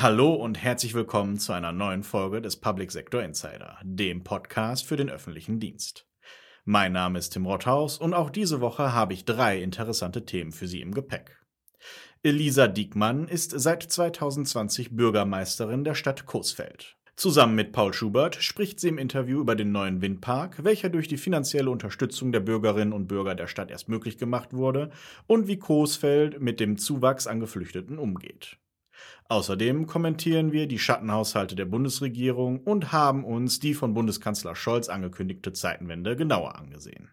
Hallo und herzlich willkommen zu einer neuen Folge des Public Sector Insider, dem Podcast für den öffentlichen Dienst. Mein Name ist Tim Rothaus und auch diese Woche habe ich 3 interessante Themen für Sie im Gepäck. Elisa Diekmann ist seit 2020 Bürgermeisterin der Stadt Coesfeld. Zusammen mit Paul Schubert spricht sie im Interview über den neuen Windpark, welcher durch die finanzielle Unterstützung der Bürgerinnen und Bürger der Stadt erst möglich gemacht wurde, und wie Coesfeld mit dem Zuwachs an Geflüchteten umgeht. Außerdem kommentieren wir die Schattenhaushalte der Bundesregierung und haben uns die von Bundeskanzler Scholz angekündigte Zeitenwende genauer angesehen.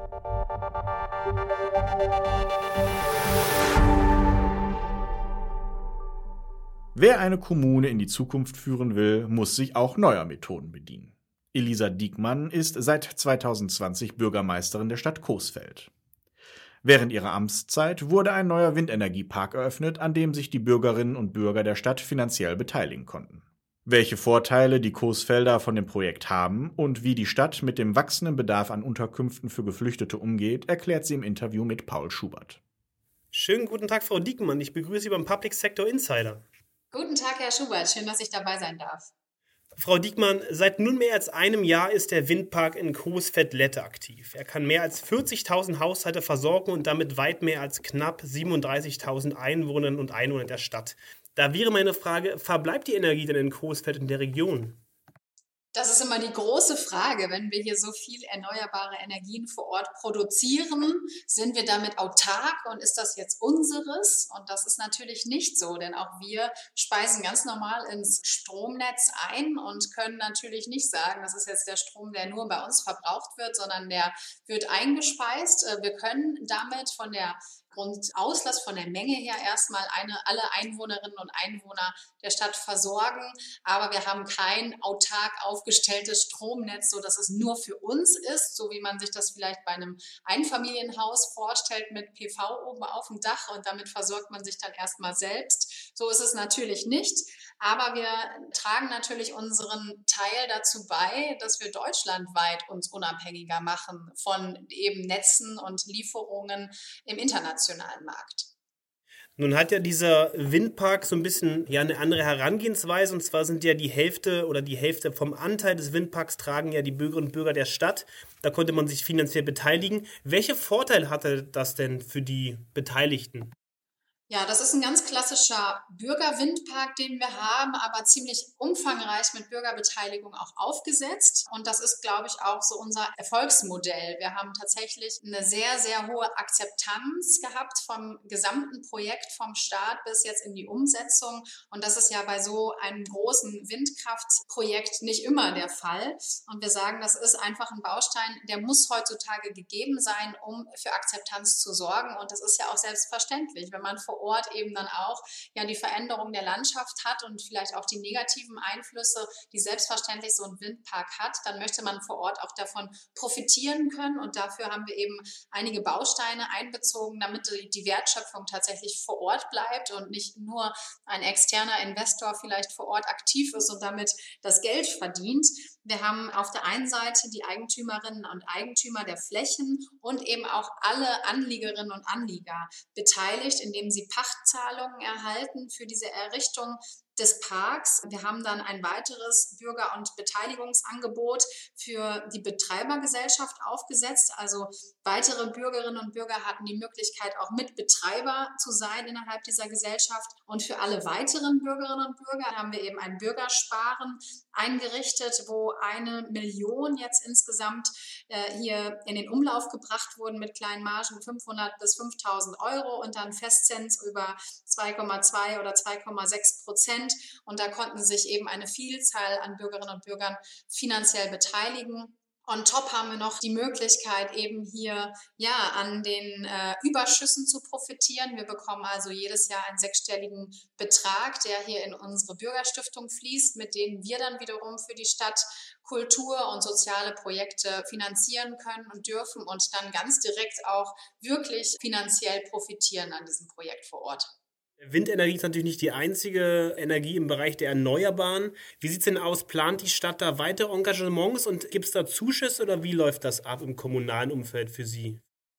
Wer eine Kommune in die Zukunft führen will, muss sich auch neuer Methoden bedienen. Elisa Diekmann ist seit 2020 Bürgermeisterin der Stadt Coesfeld. Während ihrer Amtszeit wurde ein neuer Windenergiepark eröffnet, an dem sich die Bürgerinnen und Bürger der Stadt finanziell beteiligen konnten. Welche Vorteile die Coesfelder von dem Projekt haben und wie die Stadt mit dem wachsenden Bedarf an Unterkünften für Geflüchtete umgeht, erklärt sie im Interview mit Paul Schubert. Schönen guten Tag, Frau Diekmann. Ich begrüße Sie beim Public Sector Insider. Guten Tag, Herr Schubert. Schön, dass ich dabei sein darf. Frau Diekmann, seit nunmehr als einem Jahr ist der Windpark in Coesfeld-Lette aktiv. Er kann mehr als 40.000 Haushalte versorgen und damit weit mehr als knapp 37.000 Einwohnerinnen und Einwohner der Stadt. Da wäre meine Frage, verbleibt die Energie denn in Coesfeld in der Region? Das ist immer die große Frage, wenn wir hier so viel erneuerbare Energien vor Ort produzieren, sind wir damit autark und ist das jetzt unseres? Und das ist natürlich nicht so, denn auch wir speisen ganz normal ins Stromnetz ein und können natürlich nicht sagen, das ist jetzt der Strom, der nur bei uns verbraucht wird, sondern der wird eingespeist. Wir können damit von der Grundauslass von der Menge her erstmal alle Einwohnerinnen und Einwohner der Stadt versorgen. Aber wir haben kein autark aufgestelltes Stromnetz, so dass es nur für uns ist, so wie man sich das vielleicht bei einem Einfamilienhaus vorstellt mit PV oben auf dem Dach und damit versorgt man sich dann erstmal selbst. So ist es natürlich nicht. Aber wir tragen natürlich unseren Teil dazu bei, dass wir deutschlandweit uns unabhängiger machen von eben Netzen und Lieferungen im internationalen Markt. Nun hat ja dieser Windpark so ein bisschen eine andere Herangehensweise, und zwar sind ja die Hälfte vom Anteil des Windparks tragen ja die Bürgerinnen und Bürger der Stadt. Da konnte man sich finanziell beteiligen. Welche Vorteile hatte das denn für die Beteiligten? Ja, das ist ein ganz klassischer Bürgerwindpark, den wir haben, aber ziemlich umfangreich mit Bürgerbeteiligung auch aufgesetzt. Und das ist, glaube ich, auch so unser Erfolgsmodell. Wir haben tatsächlich eine sehr, sehr hohe Akzeptanz gehabt vom gesamten Projekt, vom Start bis jetzt in die Umsetzung. Und das ist ja bei so einem großen Windkraftprojekt nicht immer der Fall. Und wir sagen, das ist einfach ein Baustein, der muss heutzutage gegeben sein, um für Akzeptanz zu sorgen. Und das ist ja auch selbstverständlich, wenn man vor Ort eben dann auch die Veränderung der Landschaft hat und vielleicht auch die negativen Einflüsse, die selbstverständlich so ein Windpark hat, dann möchte man vor Ort auch davon profitieren können. Und dafür haben wir eben einige Bausteine einbezogen, damit die Wertschöpfung tatsächlich vor Ort bleibt und nicht nur ein externer Investor vielleicht vor Ort aktiv ist und damit das Geld verdient. Wir haben auf der einen Seite die Eigentümerinnen und Eigentümer der Flächen und eben auch alle Anliegerinnen und Anlieger beteiligt, indem sie Pachtzahlungen erhalten für diese Errichtung des Parks. Wir haben dann ein weiteres Bürger- und Beteiligungsangebot für die Betreibergesellschaft aufgesetzt. Also weitere Bürgerinnen und Bürger hatten die Möglichkeit, auch Mitbetreiber zu sein innerhalb dieser Gesellschaft. Und für alle weiteren Bürgerinnen und Bürger haben wir eben ein Bürgersparen eingerichtet, wo 1 Million jetzt insgesamt hier in den Umlauf gebracht wurden mit kleinen Margen 500 bis 5.000 Euro und dann Festzins über 2,2 oder 2,6%. Und da konnten sich eben eine Vielzahl an Bürgerinnen und Bürgern finanziell beteiligen. On top haben wir noch die Möglichkeit, eben hier an den Überschüssen zu profitieren. Wir bekommen also jedes Jahr einen 6-stelligen Betrag, der hier in unsere Bürgerstiftung fließt, mit denen wir dann wiederum für die Stadt Kultur- und soziale Projekte finanzieren können und dürfen und dann ganz direkt auch wirklich finanziell profitieren an diesem Projekt vor Ort. Windenergie ist natürlich nicht die einzige Energie im Bereich der Erneuerbaren. Wie sieht es denn aus? Plant die Stadt da weitere Engagements und gibt es da Zuschüsse oder wie läuft das ab im kommunalen Umfeld für Sie?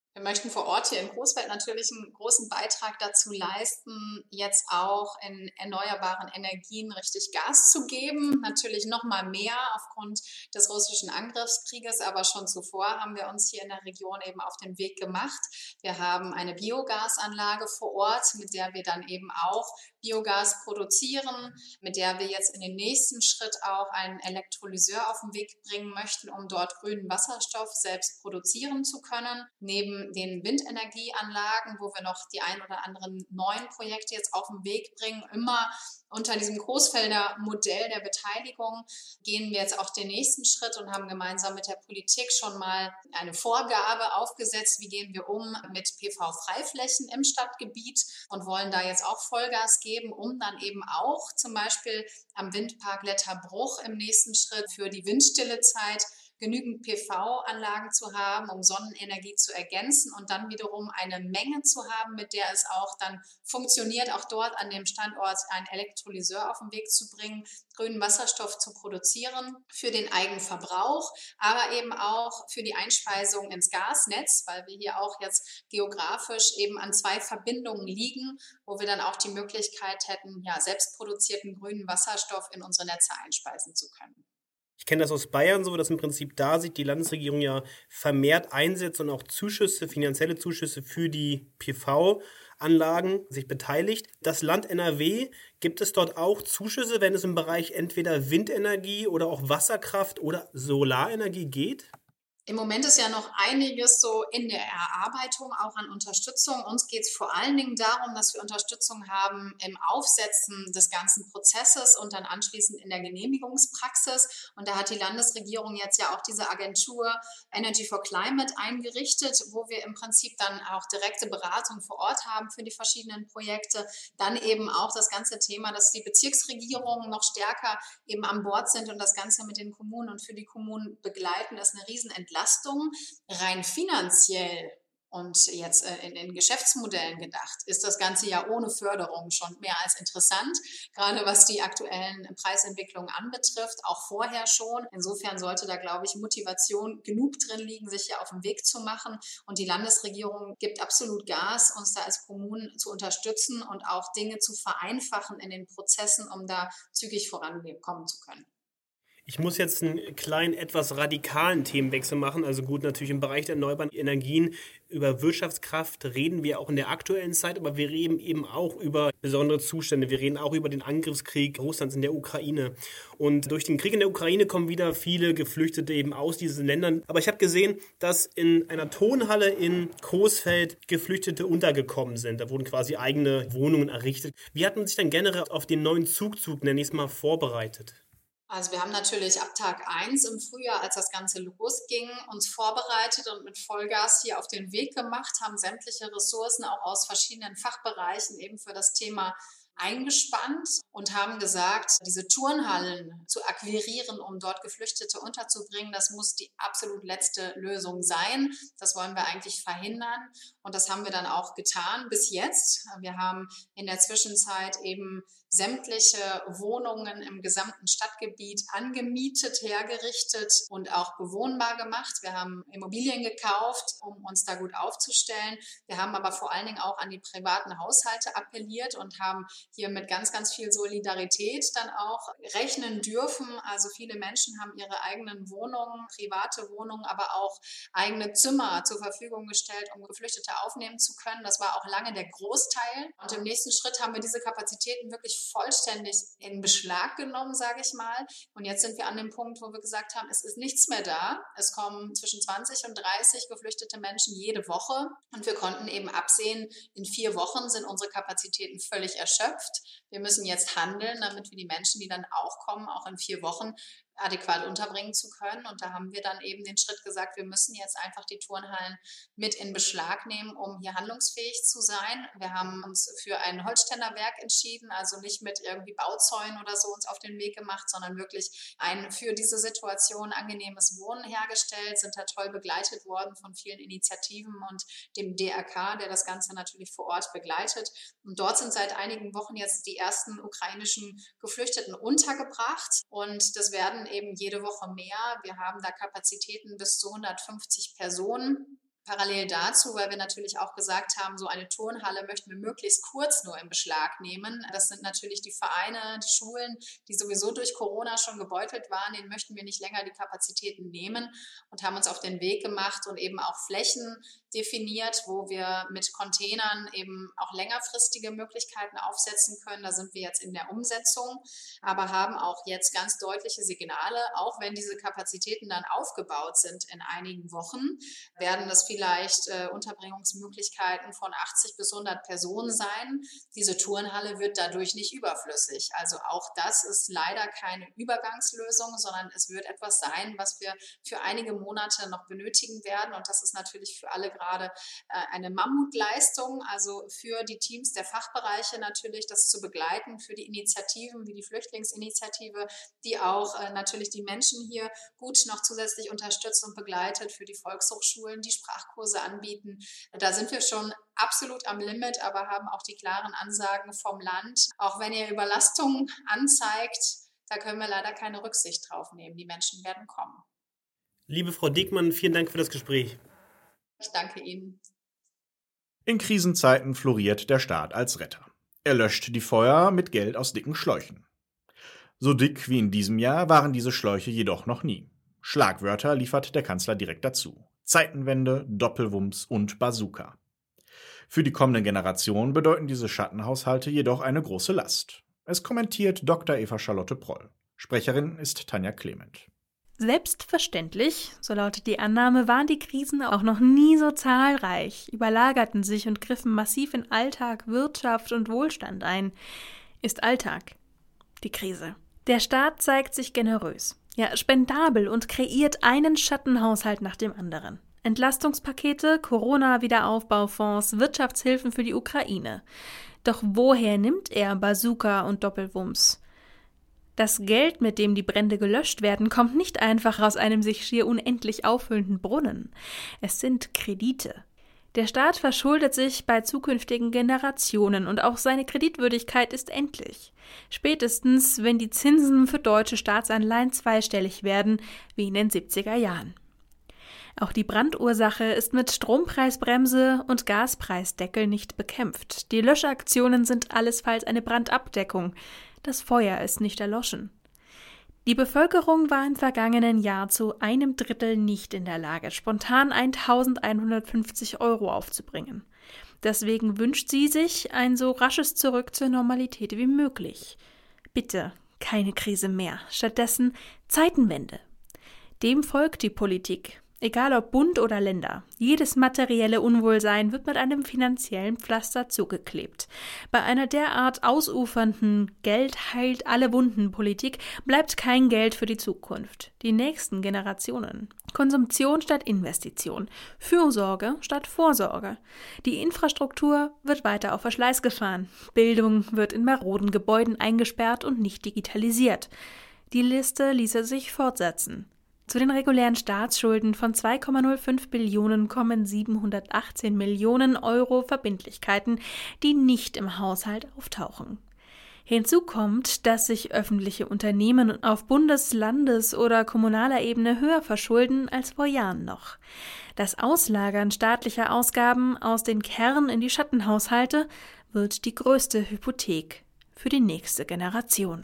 Wir möchten vor Ort hier in Coesfeld natürlich einen großen Beitrag dazu leisten, jetzt auch in erneuerbaren Energien richtig Gas zu geben. Natürlich noch mal mehr aufgrund des russischen Angriffskrieges, aber schon zuvor haben wir uns hier in der Region eben auf den Weg gemacht. Wir haben eine Biogasanlage vor Ort, mit der wir dann eben auch Biogas produzieren, mit der wir jetzt in den nächsten Schritt auch einen Elektrolyseur auf den Weg bringen möchten, um dort grünen Wasserstoff selbst produzieren zu können. Neben den Windenergieanlagen, wo wir noch die ein oder anderen neuen Projekte jetzt auf den Weg bringen, immer unter diesem Coesfelder Modell der Beteiligung, gehen wir jetzt auch den nächsten Schritt und haben gemeinsam mit der Politik schon mal eine Vorgabe aufgesetzt, wie gehen wir um mit PV-Freiflächen im Stadtgebiet und wollen da jetzt auch Vollgas geben, um dann eben auch zum Beispiel am Windpark Letterbruch im nächsten Schritt für die windstille Zeit genügend PV-Anlagen zu haben, um Sonnenenergie zu ergänzen und dann wiederum eine Menge zu haben, mit der es auch dann funktioniert, auch dort an dem Standort einen Elektrolyseur auf den Weg zu bringen, grünen Wasserstoff zu produzieren für den Eigenverbrauch, aber eben auch für die Einspeisung ins Gasnetz, weil wir hier auch jetzt geografisch eben an 2 Verbindungen liegen, wo wir dann auch die Möglichkeit hätten, ja, selbstproduzierten grünen Wasserstoff in unsere Netze einspeisen zu können. Ich kenne das aus Bayern so, dass im Prinzip da sich die Landesregierung ja vermehrt einsetzt und auch Zuschüsse, finanzielle Zuschüsse für die PV-Anlagen sich beteiligt. Das Land NRW, gibt es dort auch Zuschüsse, wenn es im Bereich entweder Windenergie oder auch Wasserkraft oder Solarenergie geht? Im Moment ist ja noch einiges so in der Erarbeitung, auch an Unterstützung. Uns geht es vor allen Dingen darum, dass wir Unterstützung haben im Aufsetzen des ganzen Prozesses und dann anschließend in der Genehmigungspraxis. Und da hat die Landesregierung jetzt ja auch diese Agentur Energy for Climate eingerichtet, wo wir im Prinzip dann auch direkte Beratung vor Ort haben für die verschiedenen Projekte. Dann eben auch das ganze Thema, dass die Bezirksregierungen noch stärker eben an Bord sind und das Ganze mit den Kommunen und für die Kommunen begleiten. Das ist eine Riesenentlastung. Rein finanziell und jetzt in Geschäftsmodellen gedacht, ist das Ganze ja ohne Förderung schon mehr als interessant, gerade was die aktuellen Preisentwicklungen anbetrifft, auch vorher schon. Insofern sollte da, glaube ich, Motivation genug drin liegen, sich hier auf den Weg zu machen. Und die Landesregierung gibt absolut Gas, uns da als Kommunen zu unterstützen und auch Dinge zu vereinfachen in den Prozessen, um da zügig vorankommen zu können. Ich muss jetzt einen kleinen, etwas radikalen Themenwechsel machen. Also gut, natürlich im Bereich der erneuerbaren Energien über Wirtschaftskraft reden wir auch in der aktuellen Zeit, aber wir reden eben auch über besondere Zustände. Wir reden auch über den Angriffskrieg Russlands in der Ukraine. Und durch den Krieg in der Ukraine kommen wieder viele Geflüchtete eben aus diesen Ländern. Aber ich habe gesehen, dass in einer Turnhalle in Coesfeld Geflüchtete untergekommen sind. Da wurden quasi eigene Wohnungen errichtet. Wie hat man sich dann generell auf den neuen Zugzug, nenne ich es mal, vorbereitet? Also wir haben natürlich ab Tag 1 im Frühjahr, als das Ganze losging, uns vorbereitet und mit Vollgas hier auf den Weg gemacht, haben sämtliche Ressourcen auch aus verschiedenen Fachbereichen eben für das Thema eingespannt und haben gesagt, diese Turnhallen zu akquirieren, um dort Geflüchtete unterzubringen, das muss die absolut letzte Lösung sein. Das wollen wir eigentlich verhindern und das haben wir dann auch getan bis jetzt. Wir haben in der Zwischenzeit eben sämtliche Wohnungen im gesamten Stadtgebiet angemietet, hergerichtet und auch bewohnbar gemacht. Wir haben Immobilien gekauft, um uns da gut aufzustellen. Wir haben aber vor allen Dingen auch an die privaten Haushalte appelliert und haben hier mit ganz, ganz viel Solidarität dann auch rechnen dürfen. Also viele Menschen haben ihre eigenen Wohnungen, private Wohnungen, aber auch eigene Zimmer zur Verfügung gestellt, um Geflüchtete aufnehmen zu können. Das war auch lange der Großteil. Und im nächsten Schritt haben wir diese Kapazitäten wirklich vollständig in Beschlag genommen, sage ich mal. Und jetzt sind wir an dem Punkt, wo wir gesagt haben, es ist nichts mehr da. Es kommen zwischen 20 und 30 geflüchtete Menschen jede Woche. Und wir konnten eben absehen, in 4 Wochen sind unsere Kapazitäten völlig erschöpft. Wir müssen jetzt handeln, damit wir die Menschen, die dann auch kommen, auch in 4 Wochen adäquat unterbringen zu können. Und da haben wir dann eben den Schritt gesagt, wir müssen jetzt einfach die Turnhallen mit in Beschlag nehmen, um hier handlungsfähig zu sein. Wir haben uns für ein Holzständerwerk entschieden, also nicht mit irgendwie Bauzäunen oder so uns auf den Weg gemacht, sondern wirklich ein für diese Situation angenehmes Wohnen hergestellt, sind da toll begleitet worden von vielen Initiativen und dem DRK, der das Ganze natürlich vor Ort begleitet. Und dort sind seit einigen Wochen jetzt die ersten ukrainischen Geflüchteten untergebracht und das werden eben jede Woche mehr. Wir haben da Kapazitäten bis zu 150 Personen. Parallel dazu, weil wir natürlich auch gesagt haben, so eine Turnhalle möchten wir möglichst kurz nur in Beschlag nehmen. Das sind natürlich die Vereine, die Schulen, die sowieso durch Corona schon gebeutelt waren. Denen möchten wir nicht länger die Kapazitäten nehmen und haben uns auf den Weg gemacht und eben auch Flächen definiert, wo wir mit Containern eben auch längerfristige Möglichkeiten aufsetzen können. Da sind wir jetzt in der Umsetzung, aber haben auch jetzt ganz deutliche Signale, auch wenn diese Kapazitäten dann aufgebaut sind in einigen Wochen, werden das vielleicht Unterbringungsmöglichkeiten von 80 bis 100 Personen sein. Diese Turnhalle wird dadurch nicht überflüssig. Also auch das ist leider keine Übergangslösung, sondern es wird etwas sein, was wir für einige Monate noch benötigen werden. Und das ist natürlich für alle gerade eine Mammutleistung, also für die Teams der Fachbereiche natürlich, das zu begleiten, für die Initiativen wie die Flüchtlingsinitiative, die auch natürlich die Menschen hier gut noch zusätzlich unterstützt und begleitet, für die Volkshochschulen, die Sprachkurse anbieten. Da sind wir schon absolut am Limit, aber haben auch die klaren Ansagen vom Land. Auch wenn ihr Überlastungen anzeigt, da können wir leider keine Rücksicht drauf nehmen. Die Menschen werden kommen. Liebe Frau Diekmann, vielen Dank für das Gespräch. Ich danke Ihnen. In Krisenzeiten floriert der Staat als Retter. Er löscht die Feuer mit Geld aus dicken Schläuchen. So dick wie in diesem Jahr waren diese Schläuche jedoch noch nie. Schlagwörter liefert der Kanzler direkt dazu. Zeitenwende, Doppelwumms und Bazooka. Für die kommenden Generationen bedeuten diese Schattenhaushalte jedoch eine große Last. Es kommentiert Dr. Eva Charlotte Proll. Sprecherin ist Tanja Clement. Selbstverständlich, so lautet die Annahme, waren die Krisen auch noch nie so zahlreich, überlagerten sich und griffen massiv in Alltag, Wirtschaft und Wohlstand ein. Ist Alltag die Krise. Der Staat zeigt sich generös, ja spendabel und kreiert einen Schattenhaushalt nach dem anderen. Entlastungspakete, Corona-Wiederaufbaufonds, Wirtschaftshilfen für die Ukraine. Doch woher nimmt er Bazooka und Doppelwumms? Das Geld, mit dem die Brände gelöscht werden, kommt nicht einfach aus einem sich schier unendlich auffüllenden Brunnen. Es sind Kredite. Der Staat verschuldet sich bei zukünftigen Generationen und auch seine Kreditwürdigkeit ist endlich. Spätestens, wenn die Zinsen für deutsche Staatsanleihen zweistellig werden, wie in den 70er Jahren. Auch die Brandursache ist mit Strompreisbremse und Gaspreisdeckel nicht bekämpft. Die Löschaktionen sind allesfalls eine Brandabdeckung. Das Feuer ist nicht erloschen. Die Bevölkerung war im vergangenen Jahr zu 1/3 nicht in der Lage, spontan 1.150 € aufzubringen. Deswegen wünscht sie sich ein so rasches Zurück zur Normalität wie möglich. Bitte keine Krise mehr, stattdessen Zeitenwende. Dem folgt die Politik. Egal ob Bund oder Länder, jedes materielle Unwohlsein wird mit einem finanziellen Pflaster zugeklebt. Bei einer derart ausufernden Geld heilt alle Wunden Politik bleibt kein Geld für die Zukunft, die nächsten Generationen. Konsumtion statt Investition, Fürsorge statt Vorsorge. Die Infrastruktur wird weiter auf Verschleiß gefahren, Bildung wird in maroden Gebäuden eingesperrt und nicht digitalisiert. Die Liste ließe sich fortsetzen. Zu den regulären Staatsschulden von 2,05 Billionen kommen 718 Millionen € Verbindlichkeiten, die nicht im Haushalt auftauchen. Hinzu kommt, dass sich öffentliche Unternehmen auf Bundes-, Landes- oder kommunaler Ebene höher verschulden als vor Jahren noch. Das Auslagern staatlicher Ausgaben aus den Kernen in die Schattenhaushalte wird die größte Hypothek für die nächste Generation.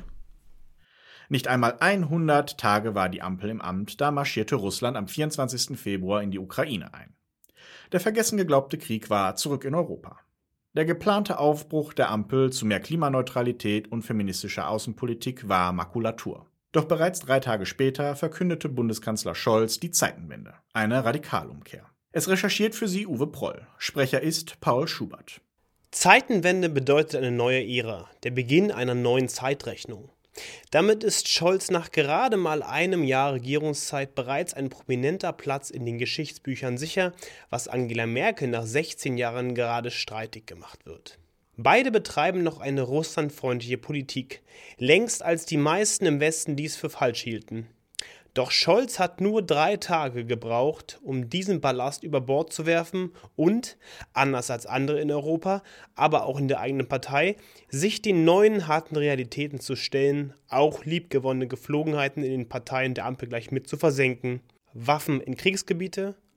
Nicht einmal 100 Tage war die Ampel im Amt, da marschierte Russland am 24. Februar in die Ukraine ein. Der vergessen geglaubte Krieg war zurück in Europa. Der geplante Aufbruch der Ampel zu mehr Klimaneutralität und feministischer Außenpolitik war Makulatur. Doch bereits 3 Tage später verkündete Bundeskanzler Scholz die Zeitenwende, eine Radikalumkehr. Es recherchiert für Sie Uwe Proll. Sprecher ist Paul Schubert. Zeitenwende bedeutet eine neue Ära, der Beginn einer neuen Zeitrechnung. Damit ist Scholz nach gerade mal einem Jahr Regierungszeit bereits ein prominenter Platz in den Geschichtsbüchern sicher, was Angela Merkel nach 16 Jahren gerade streitig gemacht wird. Beide betreiben noch eine russlandfreundliche Politik, längst als die meisten im Westen dies für falsch hielten. Doch Scholz hat nur 3 Tage gebraucht, um diesen Ballast über Bord zu werfen und, anders als andere in Europa, aber auch in der eigenen Partei, sich den neuen harten Realitäten zu stellen, auch liebgewonnene Geflogenheiten in den Parteien der Ampel gleich mit zu versenken. Waffen in Kriegsgebiete,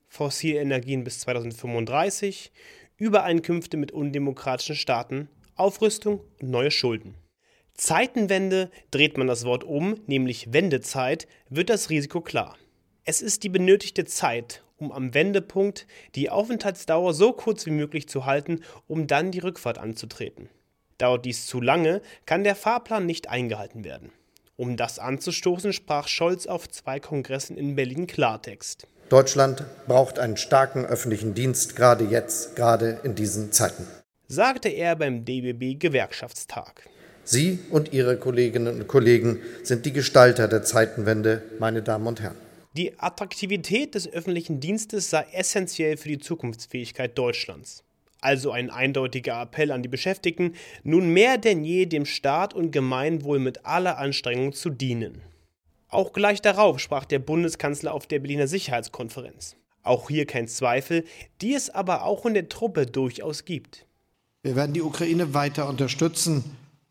fossile Energien bis 2035, Übereinkünfte mit undemokratischen Staaten, Aufrüstung und neue Schulden. Zeitenwende, dreht man das Wort um, nämlich Wendezeit, wird das Risiko klar. Es ist die benötigte Zeit, um am Wendepunkt die Aufenthaltsdauer so kurz wie möglich zu halten, um dann die Rückfahrt anzutreten. Dauert dies zu lange, kann der Fahrplan nicht eingehalten werden. Um das anzustoßen, sprach Scholz auf 2 Kongressen in Berlin Klartext. Deutschland braucht einen starken öffentlichen Dienst, gerade jetzt, gerade in diesen Zeiten, sagte er beim DBB-Gewerkschaftstag. Sie und Ihre Kolleginnen und Kollegen sind die Gestalter der Zeitenwende, meine Damen und Herren. Die Attraktivität des öffentlichen Dienstes sei essentiell für die Zukunftsfähigkeit Deutschlands. Also ein eindeutiger Appell an die Beschäftigten, nun mehr denn je dem Staat und Gemeinwohl mit aller Anstrengung zu dienen. Auch gleich darauf sprach der Bundeskanzler auf der Berliner Sicherheitskonferenz. Auch hier kein Zweifel, die es aber auch in der Truppe durchaus gibt. Wir werden die Ukraine weiter unterstützen,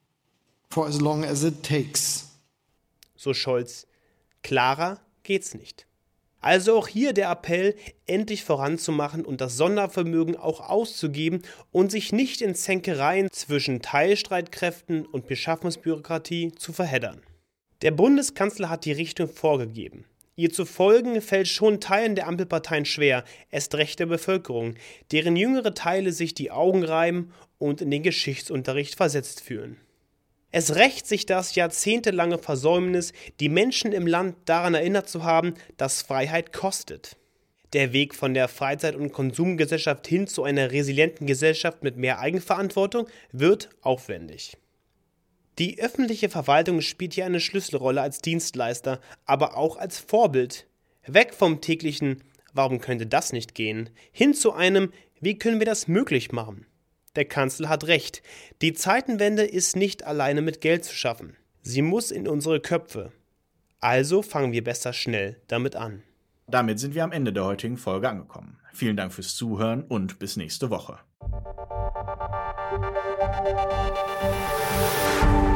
for as long as it takes. So Scholz, klarer geht's nicht. Also auch hier der Appell, endlich voranzumachen und das Sondervermögen auch auszugeben und sich nicht in Zänkereien zwischen Teilstreitkräften und Beschaffungsbürokratie zu verheddern. Der Bundeskanzler hat die Richtung vorgegeben. Ihr zu folgen fällt schon Teilen der Ampelparteien schwer, erst recht der Bevölkerung, deren jüngere Teile sich die Augen reiben und in den Geschichtsunterricht versetzt fühlen. Es rächt sich das jahrzehntelange Versäumnis, die Menschen im Land daran erinnert zu haben, dass Freiheit kostet. Der Weg von der Freizeit- und Konsumgesellschaft hin zu einer resilienten Gesellschaft mit mehr Eigenverantwortung wird aufwendig. Die öffentliche Verwaltung spielt hier eine Schlüsselrolle als Dienstleister, aber auch als Vorbild. Weg vom täglichen „Warum könnte das nicht gehen?" hin zu einem „Wie können wir das möglich machen?" Der Kanzler hat recht. Die Zeitenwende ist nicht alleine mit Geld zu schaffen. Sie muss in unsere Köpfe. Also fangen wir besser schnell damit an. Damit sind wir am Ende der heutigen Folge angekommen. Vielen Dank fürs Zuhören und bis nächste Woche.